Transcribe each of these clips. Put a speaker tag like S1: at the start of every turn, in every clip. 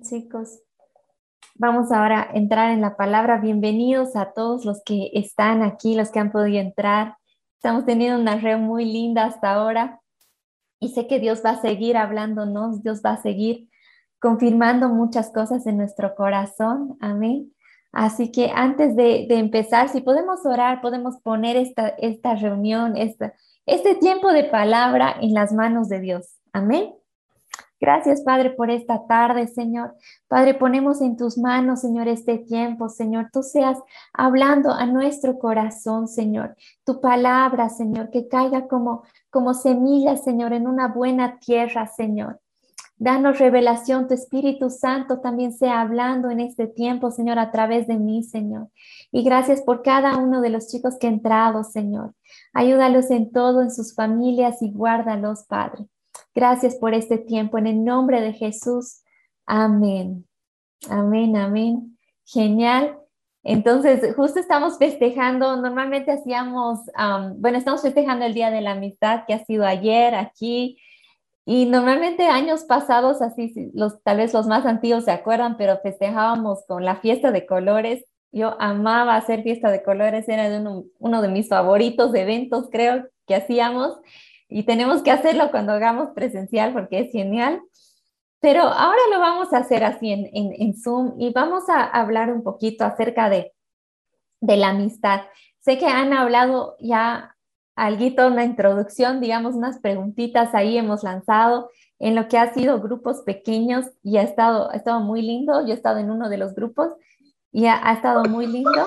S1: chicos. Vamos ahora a entrar en la palabra. Bienvenidos a todos los que están aquí, los que han podido entrar. Estamos teniendo una reunión muy linda hasta ahora y sé que Dios va a seguir hablándonos, Dios va a seguir confirmando muchas cosas en nuestro corazón. Amén. Así que antes de empezar, si podemos orar, podemos poner esta reunión, este tiempo de palabra en las manos de Dios. Amén. Gracias, Padre, por esta tarde, Señor. Padre, ponemos en tus manos, Señor, este tiempo, Señor. Tú seas hablando a nuestro corazón, Señor. Tu palabra, Señor, que caiga como semilla, Señor, en una buena tierra, Señor. Danos revelación, tu Espíritu Santo también sea hablando en este tiempo, Señor, a través de mí, Señor. Y gracias por cada uno de los chicos que han entrado, Señor. Ayúdalos en todo, en sus familias y guárdalos, Padre. Gracias por este tiempo. En el nombre de Jesús. Amén. Amén, amén. Genial. Entonces, justo estamos festejando, normalmente hacíamos, estamos festejando el Día de la Amistad que ha sido ayer aquí. Y normalmente años pasados, así, tal vez los más antiguos se acuerdan, pero festejábamos con la fiesta de colores. Yo amaba hacer fiesta de colores, era uno de mis favoritos eventos, creo, que hacíamos. Y tenemos que hacerlo cuando hagamos presencial porque es genial. Pero ahora lo vamos a hacer así en Zoom y vamos a hablar un poquito acerca de la amistad. Sé que han hablado ya alguito, una introducción, digamos, unas preguntitas ahí hemos lanzado en lo que ha sido grupos pequeños y ha estado muy lindo. Yo he estado en uno de los grupos y ha estado muy lindo.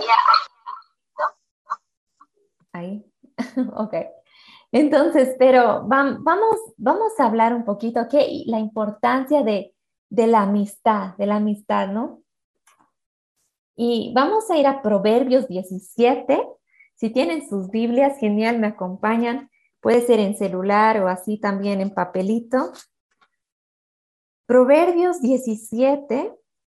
S1: Ahí, ok. Entonces, pero vamos a hablar un poquito, ¿qué? La importancia de la amistad, ¿no? Y vamos a ir a Proverbios 17. Si tienen sus Biblias, genial, me acompañan. Puede ser en celular o así también en papelito. Proverbios 17.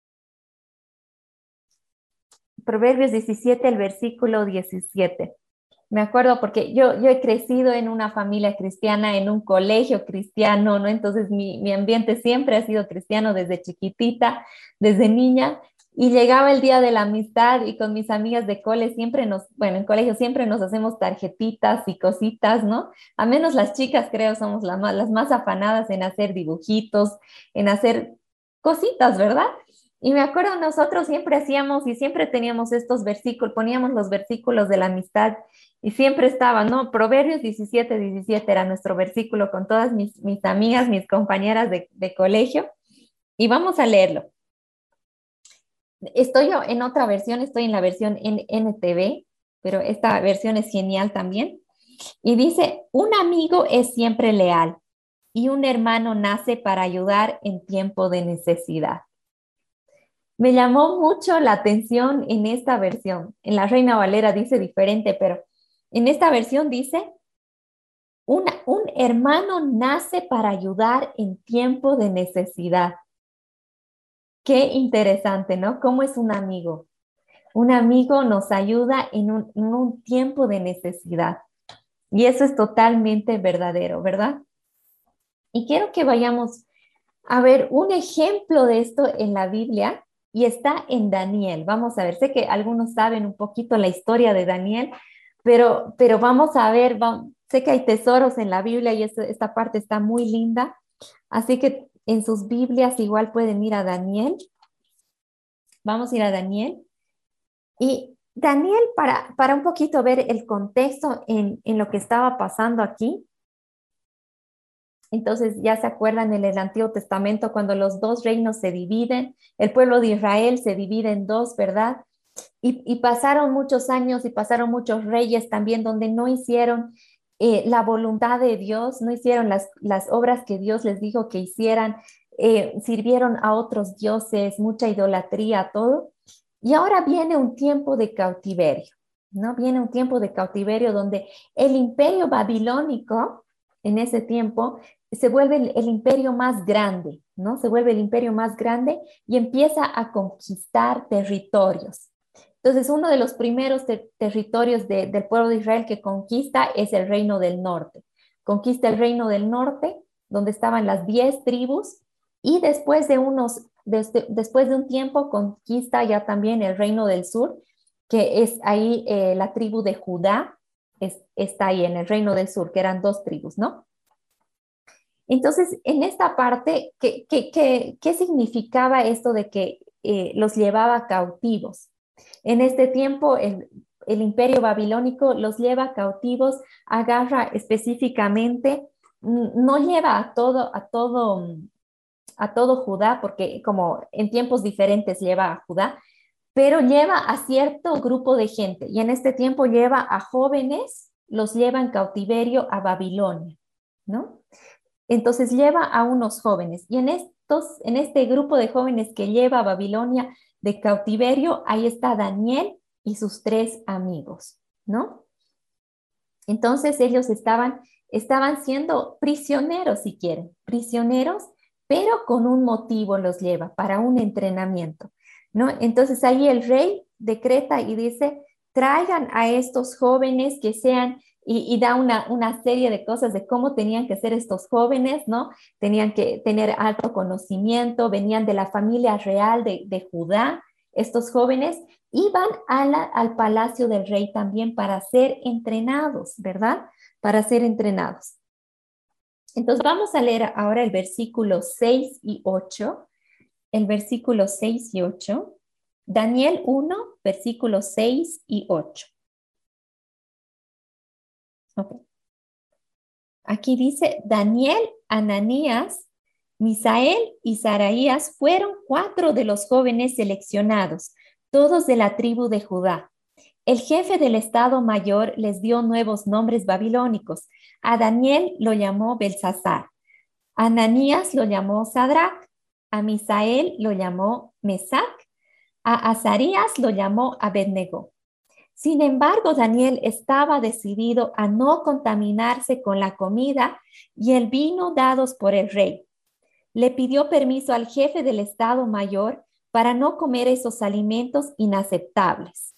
S1: Proverbios 17, el versículo 17. Me acuerdo porque yo he crecido en una familia cristiana, en un colegio cristiano, ¿no? Entonces mi ambiente siempre ha sido cristiano desde chiquitita, desde niña. Y llegaba el día de la amistad y con mis amigas de cole en colegio siempre nos hacemos tarjetitas y cositas, ¿no? A menos las chicas creo somos las más afanadas en hacer dibujitos, en hacer cositas, ¿verdad? Y me acuerdo nosotros siempre hacíamos y siempre teníamos estos versículos, poníamos los versículos de la amistad y siempre estaba, ¿no? Proverbios 17, 17 era nuestro versículo con todas mis amigas, mis compañeras de colegio. Y vamos a leerlo. Estoy yo en otra versión, estoy en la versión NTV, pero esta versión es genial también. Y dice, un amigo es siempre leal y un hermano nace para ayudar en tiempo de necesidad. Me llamó mucho la atención en esta versión. En la Reina Valera dice diferente, pero en esta versión dice, un hermano nace para ayudar en tiempo de necesidad. Qué interesante, ¿no? ¿Cómo es un amigo? Un amigo nos ayuda en un tiempo de necesidad. Y eso es totalmente verdadero, ¿verdad? Y quiero que vayamos a ver un ejemplo de esto en la Biblia y está en Daniel. Vamos a ver, sé que algunos saben un poquito la historia de Daniel, pero vamos a ver, sé que hay tesoros en la Biblia y esta parte está muy linda. Así que en sus Biblias igual pueden ir a Daniel. Vamos a ir a Daniel. Y Daniel, para un poquito ver el contexto en lo que estaba pasando aquí, entonces ya se acuerdan en el Antiguo Testamento cuando los dos reinos se dividen, el pueblo de Israel se divide en dos, ¿verdad? Y pasaron muchos años y pasaron muchos reyes también donde no hicieron la voluntad de Dios, no hicieron las obras que Dios les dijo que hicieran, sirvieron a otros dioses, mucha idolatría, todo. Y ahora viene un tiempo de cautiverio, ¿no? Viene un tiempo de cautiverio donde el imperio babilónico, en ese tiempo, se vuelve el imperio más grande, ¿no? Se vuelve el imperio más grande y empieza a conquistar territorios. Entonces, uno de los primeros territorios del pueblo de Israel que conquista es el reino del norte. Conquista el reino del norte, donde estaban las 10 tribus, y después de después de un tiempo conquista ya también el reino del sur, que es ahí la tribu de Judá, está ahí en el reino del sur, que eran dos tribus, ¿no? Entonces, en esta parte, ¿qué significaba esto de que los llevaba cautivos? En este tiempo, el imperio babilónico los lleva cautivos, agarra específicamente, no lleva a todo Judá, porque como en tiempos diferentes lleva a Judá, pero lleva a cierto grupo de gente y en este tiempo lleva a jóvenes, los lleva en cautiverio a Babilonia, ¿no? Entonces lleva a unos jóvenes y en este grupo de jóvenes que lleva a Babilonia de cautiverio, ahí está Daniel y sus tres amigos, ¿no? Entonces ellos estaban siendo prisioneros, si quieren, prisioneros, pero con un motivo los lleva, para un entrenamiento, ¿no? Entonces ahí el rey decreta y dice, traigan a estos jóvenes que sean, y da una serie de cosas de cómo tenían que ser estos jóvenes, ¿no? Tenían que tener alto conocimiento, venían de la familia real de Judá, estos jóvenes, iban al palacio del rey también para ser entrenados, ¿verdad? Para ser entrenados. Entonces vamos a leer ahora el versículo 6 y 8. El versículo 6 y 8. Daniel 1, versículos 6 y 8. Okay. Aquí dice, Daniel, Ananías, Misael y Saraías fueron 4 de los jóvenes seleccionados, todos de la tribu de Judá. El jefe del Estado Mayor les dio nuevos nombres babilónicos. A Daniel lo llamó Belsasar, a Ananías lo llamó Sadrach, a Misael lo llamó Mesac, a Azarías lo llamó Abednego. Sin embargo, Daniel estaba decidido a no contaminarse con la comida y el vino dados por el rey. Le pidió permiso al jefe del Estado Mayor para no comer esos alimentos inaceptables.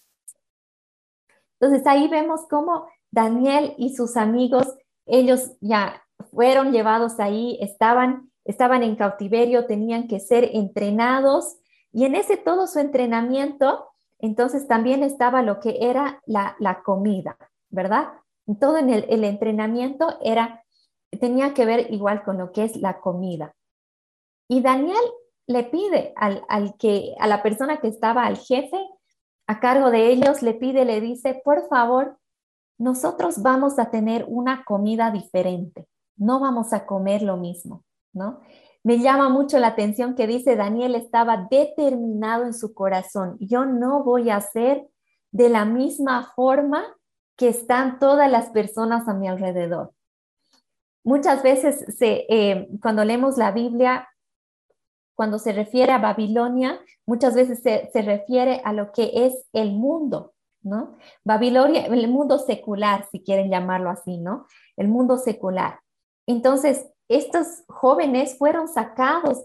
S1: Entonces ahí vemos cómo Daniel y sus amigos, ellos ya fueron llevados ahí, estaban en cautiverio, tenían que ser entrenados y en ese todo su entrenamiento, entonces también estaba lo que era la comida, ¿verdad? Todo en el entrenamiento tenía que ver igual con lo que es la comida. Y Daniel le pide a la persona que estaba al jefe, a cargo de ellos, le pide, le dice, por favor, nosotros vamos a tener una comida diferente, no vamos a comer lo mismo, ¿no? Me llama mucho la atención que dice Daniel estaba determinado en su corazón, yo no voy a hacer de la misma forma que están todas las personas a mi alrededor. Muchas veces cuando leemos la Biblia, cuando se refiere a Babilonia, muchas veces se refiere a lo que es el mundo, ¿no? Babilonia, el mundo secular, si quieren llamarlo así, ¿no? El mundo secular. Entonces, estos jóvenes fueron sacados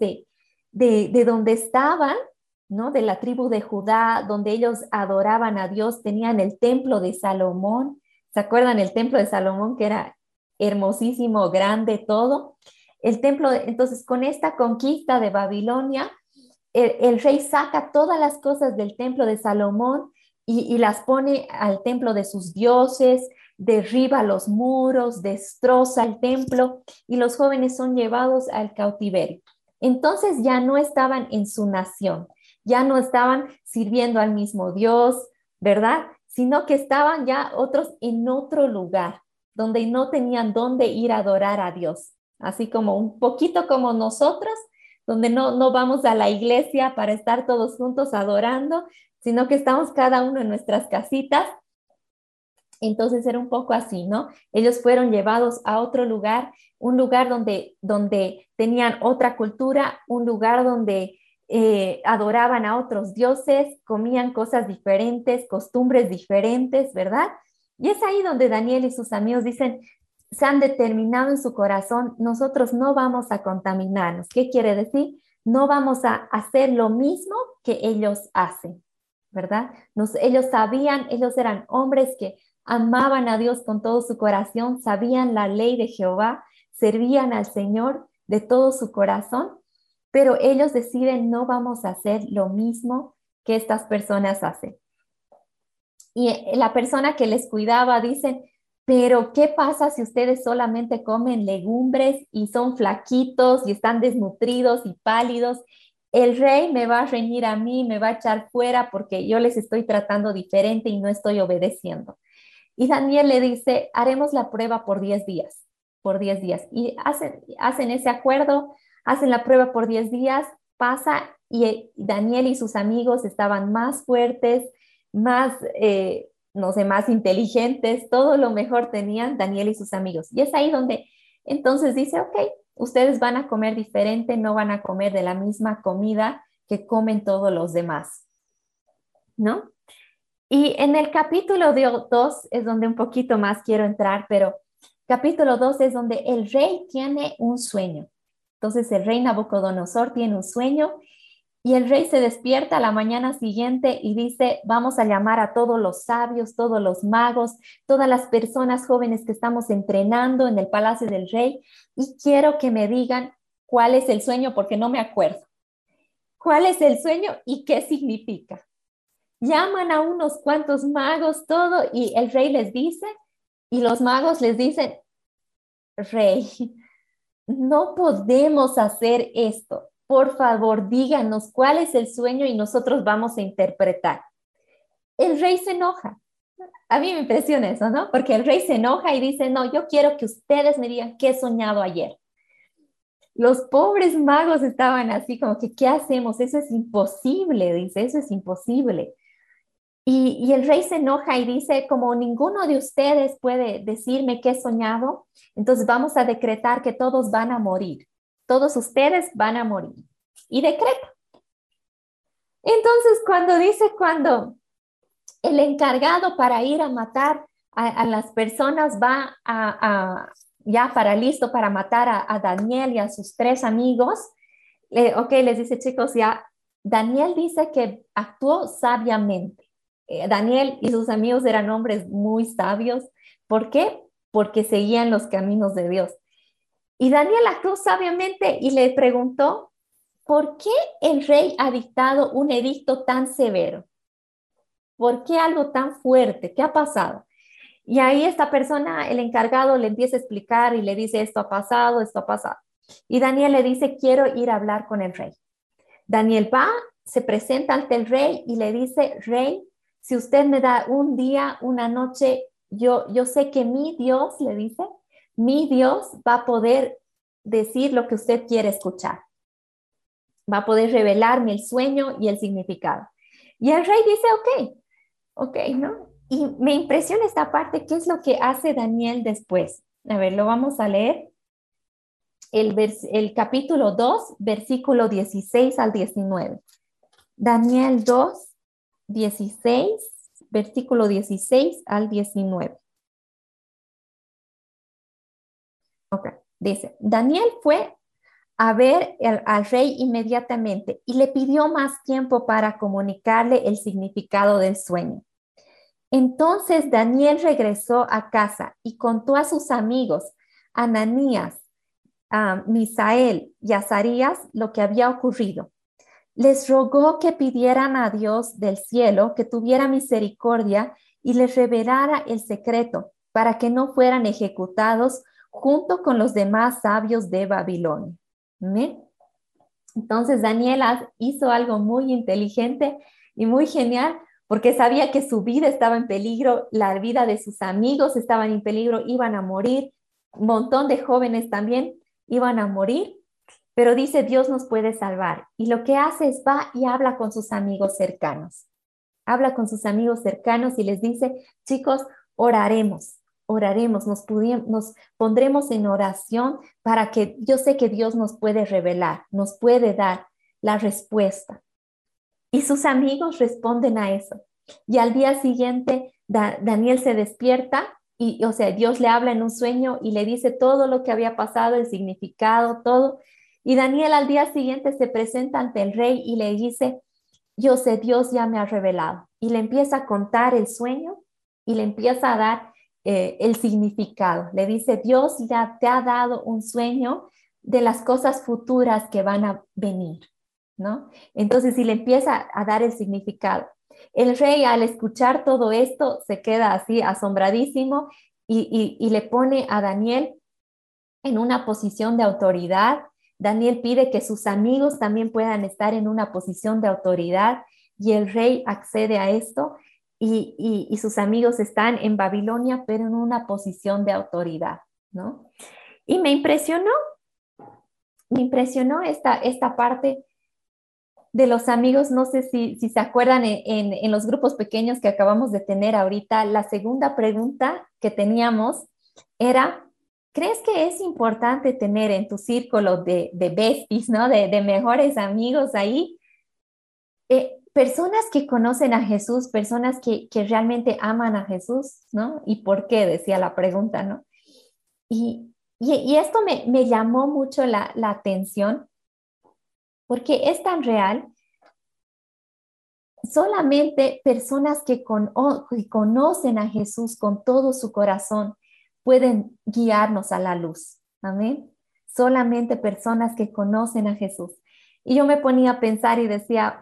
S1: de donde estaban, ¿no? De la tribu de Judá, donde ellos adoraban a Dios, tenían el templo de Salomón. ¿Se acuerdan el templo de Salomón que era hermosísimo, grande, todo? El templo, entonces, con esta conquista de Babilonia, el rey saca todas las cosas del templo de Salomón y las pone al templo de sus dioses, derriba los muros, destroza el templo y los jóvenes son llevados al cautiverio. Entonces ya no estaban en su nación, ya no estaban sirviendo al mismo Dios, ¿verdad? Sino que estaban ya otros en otro lugar, donde no tenían dónde ir a adorar a Dios. Así como un poquito como nosotros, donde no vamos a la iglesia para estar todos juntos adorando, sino que estamos cada uno en nuestras casitas. Entonces era un poco así, ¿no? Ellos fueron llevados a otro lugar, un lugar donde tenían otra cultura, un lugar donde adoraban a otros dioses, comían cosas diferentes, costumbres diferentes, ¿verdad? Y es ahí donde Daniel y sus amigos dicen, se han determinado en su corazón, nosotros no vamos a contaminarnos. ¿Qué quiere decir? No vamos a hacer lo mismo que ellos hacen, ¿verdad? Ellos sabían, ellos eran hombres que amaban a Dios con todo su corazón, sabían la ley de Jehová, servían al Señor de todo su corazón pero ellos deciden no vamos a hacer lo mismo que estas personas hacen. Y la persona que les cuidaba dice, pero ¿qué pasa si ustedes solamente comen legumbres y son flaquitos y están desnutridos y pálidos? El rey me va a reñir a mí, me va a echar fuera porque yo les estoy tratando diferente y no estoy obedeciendo. Y Daniel le dice, haremos la prueba por 10 días, por 10 días. Y hacen ese acuerdo, hacen la prueba por 10 días, pasa y Daniel y sus amigos estaban más fuertes, más, no sé, más inteligentes, todo lo mejor tenían Daniel y sus amigos. Y es ahí donde entonces dice, ok, ustedes van a comer diferente, no van a comer de la misma comida que comen todos los demás, ¿no? Y en el capítulo 2 es donde un poquito más quiero entrar, pero capítulo 2 es donde el rey tiene un sueño. Entonces el rey Nabucodonosor tiene un sueño y el rey se despierta a la mañana siguiente y dice, vamos a llamar a todos los sabios, todos los magos, todas las personas jóvenes que estamos entrenando en el palacio del rey y quiero que me digan cuál es el sueño porque no me acuerdo. ¿Cuál es el sueño y qué significa? Llaman a unos cuantos magos, todo, y el rey les dice, y los magos les dicen, rey, no podemos hacer esto. Por favor, díganos cuál es el sueño y nosotros vamos a interpretar. El rey se enoja. A mí me impresiona eso, ¿no? Porque el rey se enoja y dice, no, yo quiero que ustedes me digan qué he soñado ayer. Los pobres magos estaban así como que, ¿qué hacemos? Eso es imposible, dice, eso es imposible. Y el rey se enoja y dice, como ninguno de ustedes puede decirme qué he soñado, entonces vamos a decretar que todos van a morir. Todos ustedes van a morir. Y decreta. Entonces, cuando el encargado para ir a matar a las personas va ya para listo para matar a Daniel y a sus tres amigos, ok, les dice, chicos, ya, Daniel dice que actuó sabiamente. Daniel y sus amigos eran hombres muy sabios. ¿Por qué? Porque seguían los caminos de Dios. Y Daniel actuó sabiamente y le preguntó, ¿por qué el rey ha dictado un edicto tan severo? ¿Por qué algo tan fuerte? ¿Qué ha pasado? Y ahí esta persona, el encargado, le empieza a explicar y le dice, esto ha pasado, esto ha pasado. Y Daniel le dice, quiero ir a hablar con el rey. Daniel va, se presenta ante el rey y le dice, rey, si usted me da un día, una noche, yo sé que mi Dios, le dice, mi Dios va a poder decir lo que usted quiere escuchar. Va a poder revelarme el sueño y el significado. Y el rey dice, ok, ¿no? Y me impresiona esta parte, ¿qué es lo que hace Daniel después? A ver, lo vamos a leer. El capítulo 2, versículo 16 al 19. Daniel 2, 16, versículo 16 al 19. Ok, dice, Daniel fue a ver al rey inmediatamente y le pidió más tiempo para comunicarle el significado del sueño. Entonces Daniel regresó a casa y contó a sus amigos, Ananías, a Misael y Azarías, lo que había ocurrido. Les rogó que pidieran a Dios del cielo que tuviera misericordia y les revelara el secreto para que no fueran ejecutados junto con los demás sabios de Babilonia. ¿Sí? Entonces Daniel hizo algo muy inteligente y muy genial porque sabía que su vida estaba en peligro, la vida de sus amigos estaban en peligro, iban a morir, un montón de jóvenes también iban a morir, pero dice Dios nos puede salvar. Y lo que hace es va y habla con sus amigos cercanos. Habla con sus amigos cercanos y les dice, chicos, oraremos, nos pondremos en oración para que yo sé que Dios nos puede revelar, nos puede dar la respuesta. Y sus amigos responden a eso. Y al día siguiente, Daniel se despierta y, o sea, Dios le habla en un sueño y le dice todo lo que había pasado, el significado, todo. Y Daniel al día siguiente se presenta ante el rey y le dice, yo sé, Dios ya me ha revelado. Y le empieza a contar el sueño y le empieza a dar el significado. Le dice, Dios ya te ha dado un sueño de las cosas futuras que van a venir, ¿no? Entonces, si le empieza a dar el significado. El rey al escuchar todo esto se queda así asombradísimo y le pone a Daniel en una posición de autoridad. Daniel pide que sus amigos también puedan estar en una posición de autoridad y el rey accede a esto y sus amigos están en Babilonia, pero en una posición de autoridad, ¿no? Y me impresionó esta parte de los amigos. No sé si se acuerdan en los grupos pequeños que acabamos de tener ahorita, la segunda pregunta que teníamos era, ¿crees que es importante tener en tu círculo de besties, ¿no? De mejores amigos ahí, personas que conocen a Jesús, personas que realmente aman a Jesús, ¿no? ¿Y por qué? Decía la pregunta, ¿no? Y esto me llamó mucho la atención porque es tan real. Solamente personas que conocen a Jesús con todo su corazón pueden guiarnos a la luz. Amén. Solamente personas que conocen a Jesús. Y yo me ponía a pensar y decía,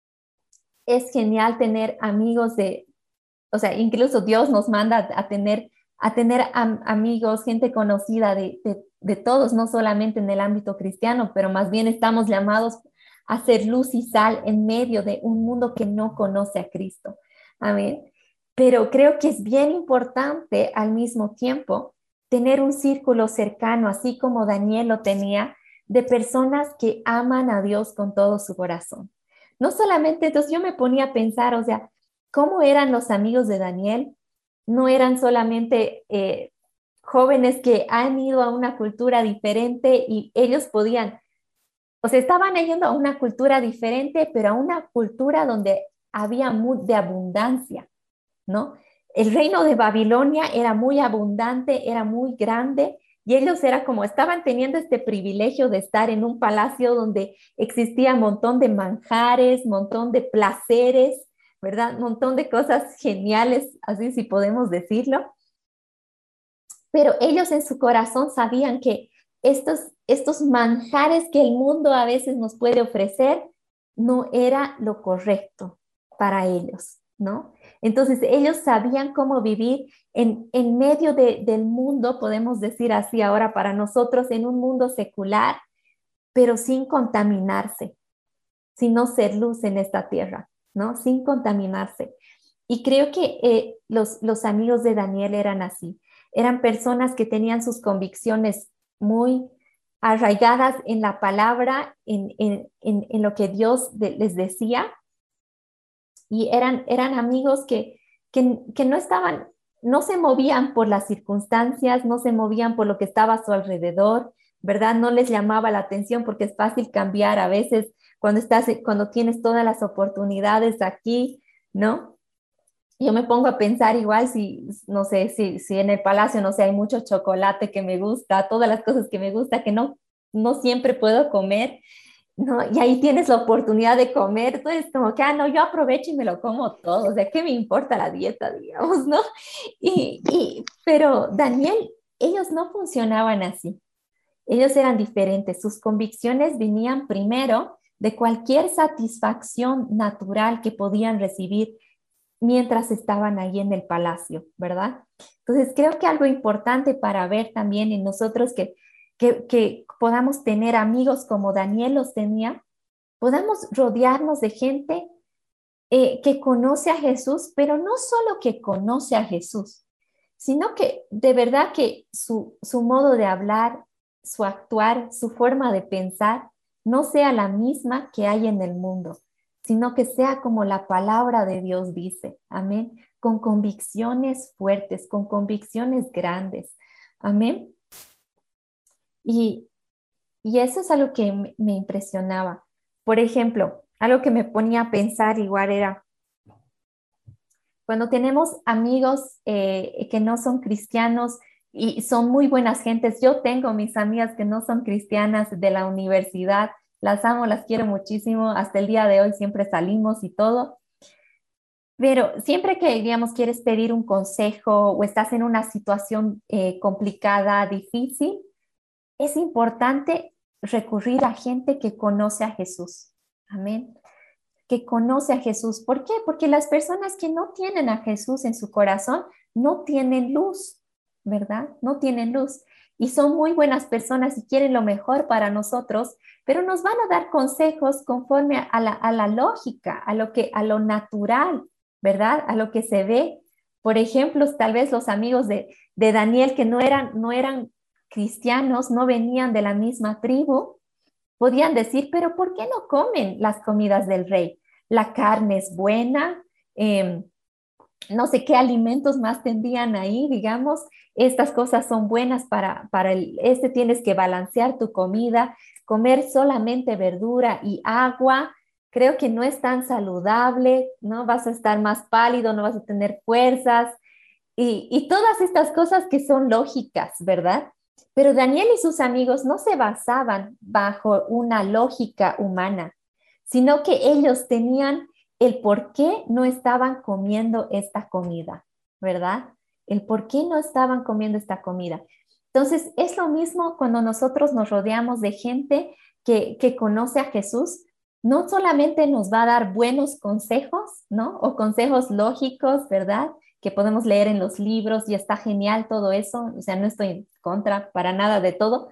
S1: es genial tener amigos o sea, incluso Dios nos manda a tener amigos, gente conocida de todos, no solamente en el ámbito cristiano, pero más bien estamos llamados a ser luz y sal en medio de un mundo que no conoce a Cristo. Amén. Pero creo que es bien importante al mismo tiempo tener un círculo cercano, así como Daniel lo tenía, de personas que aman a Dios con todo su corazón. No solamente, entonces yo me ponía a pensar, o sea, ¿cómo eran los amigos de Daniel? No eran solamente jóvenes que han ido a una cultura diferente y ellos podían, o sea, estaban yendo a una cultura diferente, pero a una cultura donde había de abundancia, ¿no? El reino de Babilonia era muy abundante, era muy grande, y ellos era como estaban teniendo este privilegio de estar en un palacio donde existía un montón de manjares, montón de placeres, ¿verdad? Un montón de cosas geniales, así si podemos decirlo. Pero ellos en su corazón sabían que estos manjares que el mundo a veces nos puede ofrecer no era lo correcto para ellos, ¿no? Entonces ellos sabían cómo vivir en medio del mundo, podemos decir así ahora para nosotros, en un mundo secular, pero sin contaminarse, sino ser luz en esta tierra, ¿no? Sin contaminarse. Y creo que los amigos de Daniel eran así. Eran personas que tenían sus convicciones muy arraigadas en la palabra, en lo que Dios les decía. Y eran amigos que no estaban, no se movían por las circunstancias, no se movían por lo que estaba a su alrededor, ¿verdad? No les llamaba la atención porque es fácil cambiar a veces cuando tienes todas las oportunidades aquí, ¿no? Yo me pongo a pensar igual no sé, si en el palacio, no sé, hay mucho chocolate que me gusta, todas las cosas que me gusta, que no siempre puedo comer, ¿no? Y ahí tienes la oportunidad de comer, entonces como que, no, yo aprovecho y me lo como todo, o sea, ¿qué me importa la dieta, digamos, no? Pero Daniel, ellos no funcionaban así, ellos eran diferentes, sus convicciones venían primero de cualquier satisfacción natural que podían recibir mientras estaban ahí en el palacio, ¿verdad? Entonces, creo que algo importante para ver también en nosotros que podamos tener amigos como Daniel los tenía, podamos rodearnos de gente que conoce a Jesús, pero no solo que conoce a Jesús, sino que de verdad que su modo de hablar, su actuar, su forma de pensar, no sea la misma que hay en el mundo, sino que sea como la palabra de Dios dice, amén, con convicciones fuertes, con convicciones grandes, amén. Y, y eso es algo que me impresionaba. Por ejemplo, algo que me ponía a pensar igual era, cuando tenemos amigos que no son cristianos y son muy buenas gentes, yo tengo mis amigas que no son cristianas de la universidad, las amo, las quiero muchísimo, hasta el día de hoy siempre salimos y todo, pero siempre que, digamos, quieres pedir un consejo o estás en una situación complicada, difícil, es importante recurrir a gente que conoce a Jesús. Amén. Que conoce a Jesús. ¿Por qué? Porque las personas que no tienen a Jesús en su corazón no tienen luz, ¿verdad? No tienen luz. Y son muy buenas personas y quieren lo mejor para nosotros, pero nos van a dar consejos conforme a la lógica, a lo natural, ¿verdad? A lo que se ve. Por ejemplo, tal vez los amigos de Daniel que no eran cristianos, no venían de la misma tribu, podían decir, pero ¿por qué no comen las comidas del rey? La carne es buena, eh, no sé qué alimentos más tendrían ahí, digamos, estas cosas son buenas tienes que balancear tu comida, comer solamente verdura y agua, creo que no es tan saludable, ¿no? Vas a estar más pálido, no vas a tener fuerzas y todas estas cosas que son lógicas, ¿verdad? Pero Daniel y sus amigos no se basaban bajo una lógica humana, sino que ellos tenían el por qué no estaban comiendo esta comida, ¿verdad? El por qué no estaban comiendo esta comida. Entonces, es lo mismo cuando nosotros nos rodeamos de gente que conoce a Jesús, no solamente nos va a dar buenos consejos, ¿no? O consejos lógicos, ¿verdad? Que podemos leer en los libros y está genial todo eso, o sea, no estoy en contra para nada de todo,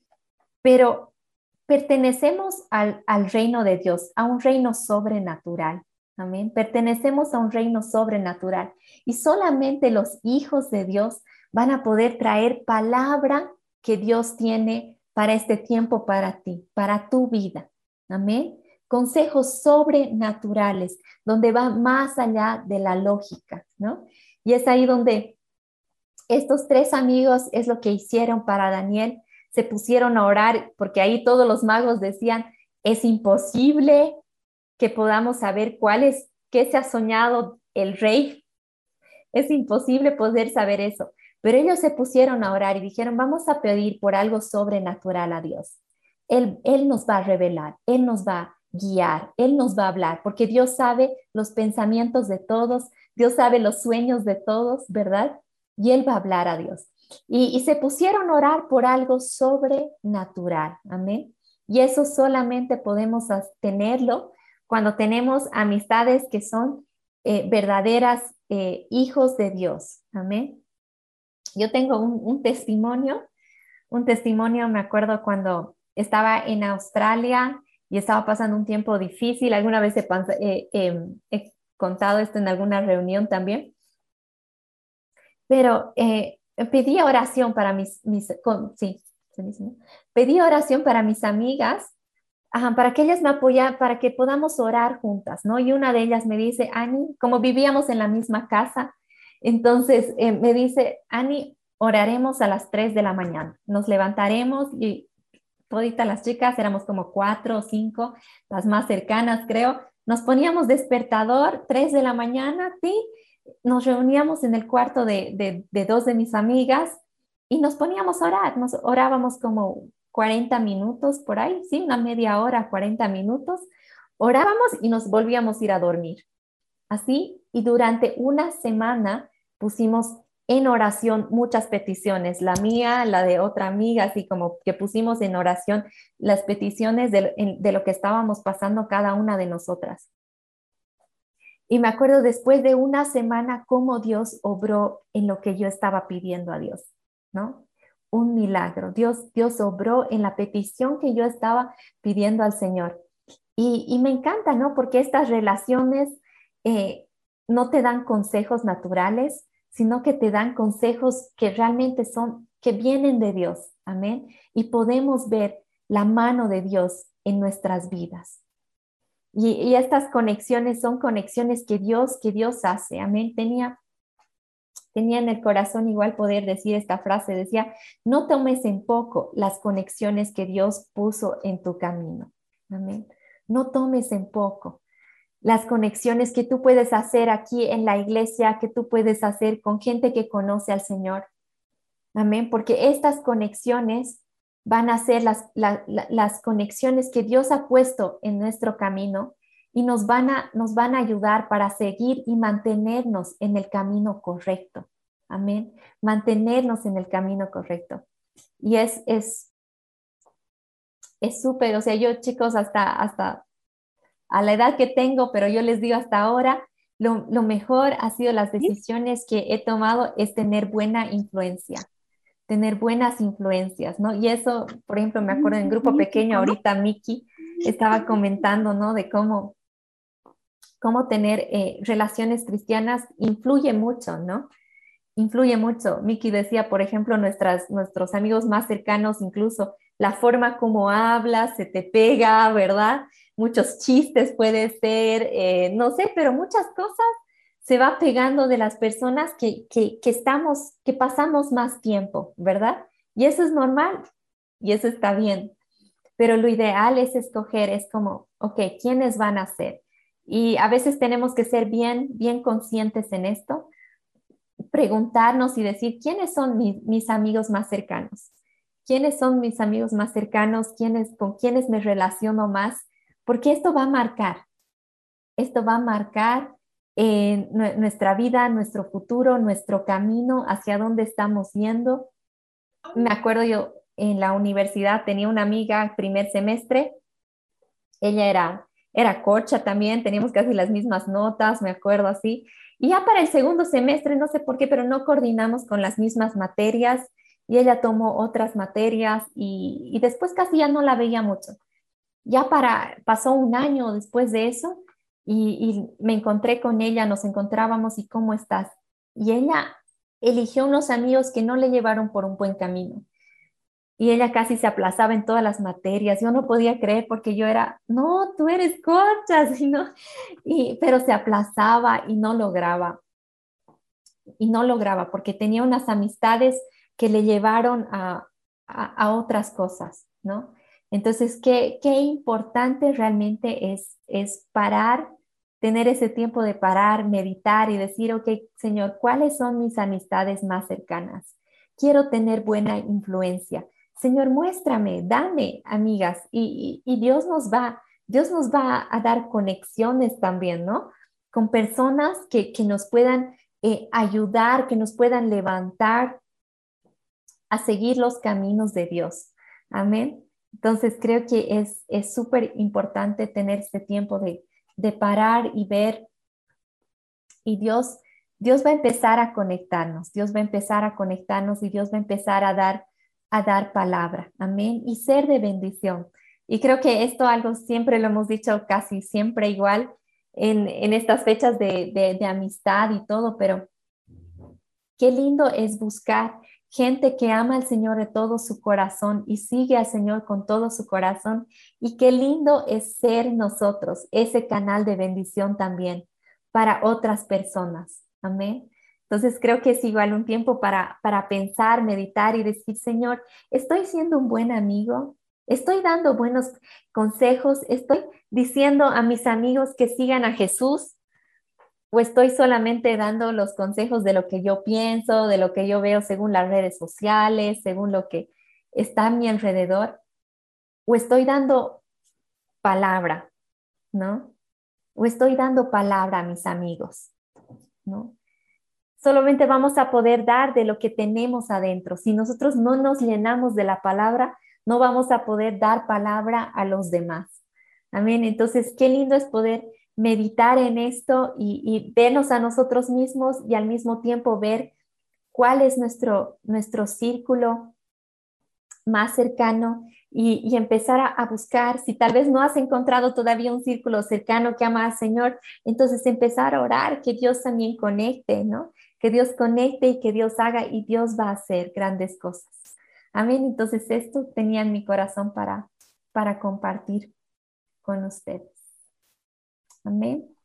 S1: pero pertenecemos al reino de Dios, a un reino sobrenatural. Amén. Pertenecemos a un reino sobrenatural y solamente los hijos de Dios van a poder traer palabra que Dios tiene para este tiempo, para ti, para tu vida. Amén. Consejos sobrenaturales, donde va más allá de la lógica, ¿no? Y es ahí donde estos tres amigos es lo que hicieron para Daniel. Se pusieron a orar porque ahí todos los magos decían, es imposible que podamos saber qué se ha soñado el rey. Es imposible poder saber eso. Pero ellos se pusieron a orar y dijeron, vamos a pedir por algo sobrenatural a Dios. Él nos va a revelar, Él nos va a guiar, Él nos va a hablar, porque Dios sabe los pensamientos de todos, Dios sabe los sueños de todos, ¿verdad? Y Él va a hablar a Dios. Y se pusieron a orar por algo sobrenatural, amén. Y eso solamente podemos tenerlo cuando tenemos amistades que son verdaderas hijos de Dios, amén. Yo tengo un testimonio, me acuerdo cuando estaba en Australia y estaba pasando un tiempo difícil, alguna vez he contado esto en alguna reunión también, pero pedí oración para sí, se dice, ¿no? Pedí oración para mis amigas, ajá, para que ellas me apoyaran, para que podamos orar juntas, ¿no? Y una de ellas me dice, Ani, como vivíamos en la misma casa, entonces me dice, Ani, oraremos a las 3 de la mañana, nos levantaremos y toditas las chicas, éramos como 4 o 5, las más cercanas creo, nos poníamos despertador, 3 de la mañana, sí, nos reuníamos en el cuarto de dos de mis amigas y nos poníamos a orar, nos orábamos como 40 minutos por ahí, sí, una media hora, 40 minutos, orábamos y nos volvíamos a ir a dormir. Así, y durante una semana pusimos en oración muchas peticiones, la mía, la de otra amiga, así como que pusimos en oración las peticiones de lo que estábamos pasando cada una de nosotras. Y me acuerdo después de una semana cómo Dios obró en lo que yo estaba pidiendo a Dios, ¿no? Un milagro. Dios obró en la petición que yo estaba pidiendo al Señor. Y me encanta, ¿no? Porque estas relaciones no te dan consejos naturales, sino que te dan consejos que realmente que vienen de Dios. Amén. Y podemos ver la mano de Dios en nuestras vidas. Y estas conexiones son conexiones que Dios hace. Amén. Tenía en el corazón igual poder decir esta frase. Decía, no tomes en poco las conexiones que Dios puso en tu camino. Amén. No tomes en poco las conexiones que tú puedes hacer aquí en la iglesia, que tú puedes hacer con gente que conoce al Señor. Amén. Porque estas conexiones van a ser las conexiones que Dios ha puesto en nuestro camino y nos van a ayudar para seguir y mantenernos en el camino correcto. Amén. Mantenernos en el camino correcto. Y es es súper, o sea, yo chicos, hasta a la edad que tengo, pero yo les digo hasta ahora, lo mejor ha sido las decisiones que he tomado es tener buena influencia, tener buenas influencias, ¿no? Y eso, por ejemplo, me acuerdo en grupo pequeño, ahorita Miki estaba comentando, ¿no? De cómo tener relaciones cristianas influye mucho, ¿no? Influye mucho. Miki decía, por ejemplo, nuestros amigos más cercanos, incluso la forma como hablas, se te pega, ¿verdad? Muchos chistes puede ser, no sé, pero muchas cosas se va pegando de las personas que pasamos más tiempo, ¿verdad? Y eso es normal y eso está bien. Pero lo ideal es escoger, es como, ok, ¿quiénes van a ser? Y a veces tenemos que ser bien conscientes en esto, preguntarnos y decir, ¿quiénes son mis amigos más cercanos? ¿Quiénes son mis amigos más cercanos? ¿Con quiénes me relaciono más? Porque esto va a marcar nuestra vida, nuestro futuro, nuestro camino, hacia dónde estamos yendo. Me acuerdo yo en la universidad tenía una amiga primer semestre, ella era corcha también, teníamos casi las mismas notas, me acuerdo así. Y ya para el segundo semestre, no sé por qué, pero no coordinamos con las mismas materias y ella tomó otras materias y después casi ya no la veía mucho. Pasó un año después de eso y me encontré con ella, nos encontrábamos y ¿cómo estás? Y ella eligió unos amigos que no le llevaron por un buen camino y ella casi se aplazaba en todas las materias. Yo no podía creer porque yo era, no, tú eres corcha, ¿sí, no? Pero se aplazaba y no lograba porque tenía unas amistades que le llevaron a otras cosas, ¿no? Entonces, qué importante realmente es parar, tener ese tiempo de parar, meditar y decir, ok, Señor, ¿cuáles son mis amistades más cercanas? Quiero tener buena influencia. Señor, muéstrame, dame, amigas, y Dios nos va a dar conexiones también, ¿no? Con personas que nos puedan ayudar, que nos puedan levantar a seguir los caminos de Dios. Amén. Entonces creo que es súper importante tener este tiempo de parar y ver, y Dios va a empezar a conectarnos, Dios va a empezar a conectarnos y Dios va a empezar a dar palabra. Amén. Y ser de bendición. Y creo que esto algo siempre lo hemos dicho casi siempre igual en estas fechas de amistad y todo, pero qué lindo es buscar gente que ama al Señor de todo su corazón y sigue al Señor con todo su corazón. Y qué lindo es ser nosotros ese canal de bendición también para otras personas. Amén. Entonces creo que es igual un tiempo para pensar, meditar y decir, Señor, ¿estoy siendo un buen amigo? ¿Estoy dando buenos consejos? ¿Estoy diciendo a mis amigos que sigan a Jesús? ¿O estoy solamente dando los consejos de lo que yo pienso, de lo que yo veo según las redes sociales, según lo que está a mi alrededor? ¿O estoy dando palabra, ¿no? ¿O estoy dando palabra a mis amigos, ¿no? Solamente vamos a poder dar de lo que tenemos adentro. Si nosotros no nos llenamos de la palabra, no vamos a poder dar palabra a los demás. Amén. Entonces, qué lindo es poder meditar en esto y vernos a nosotros mismos y al mismo tiempo ver cuál es nuestro círculo más cercano y empezar a buscar, si tal vez no has encontrado todavía un círculo cercano que ama al Señor, entonces empezar a orar, que Dios también conecte, ¿no? Que Dios conecte y que Dios haga y Dios va a hacer grandes cosas. Amén. Entonces esto tenía en mi corazón para compartir con ustedes. Amén.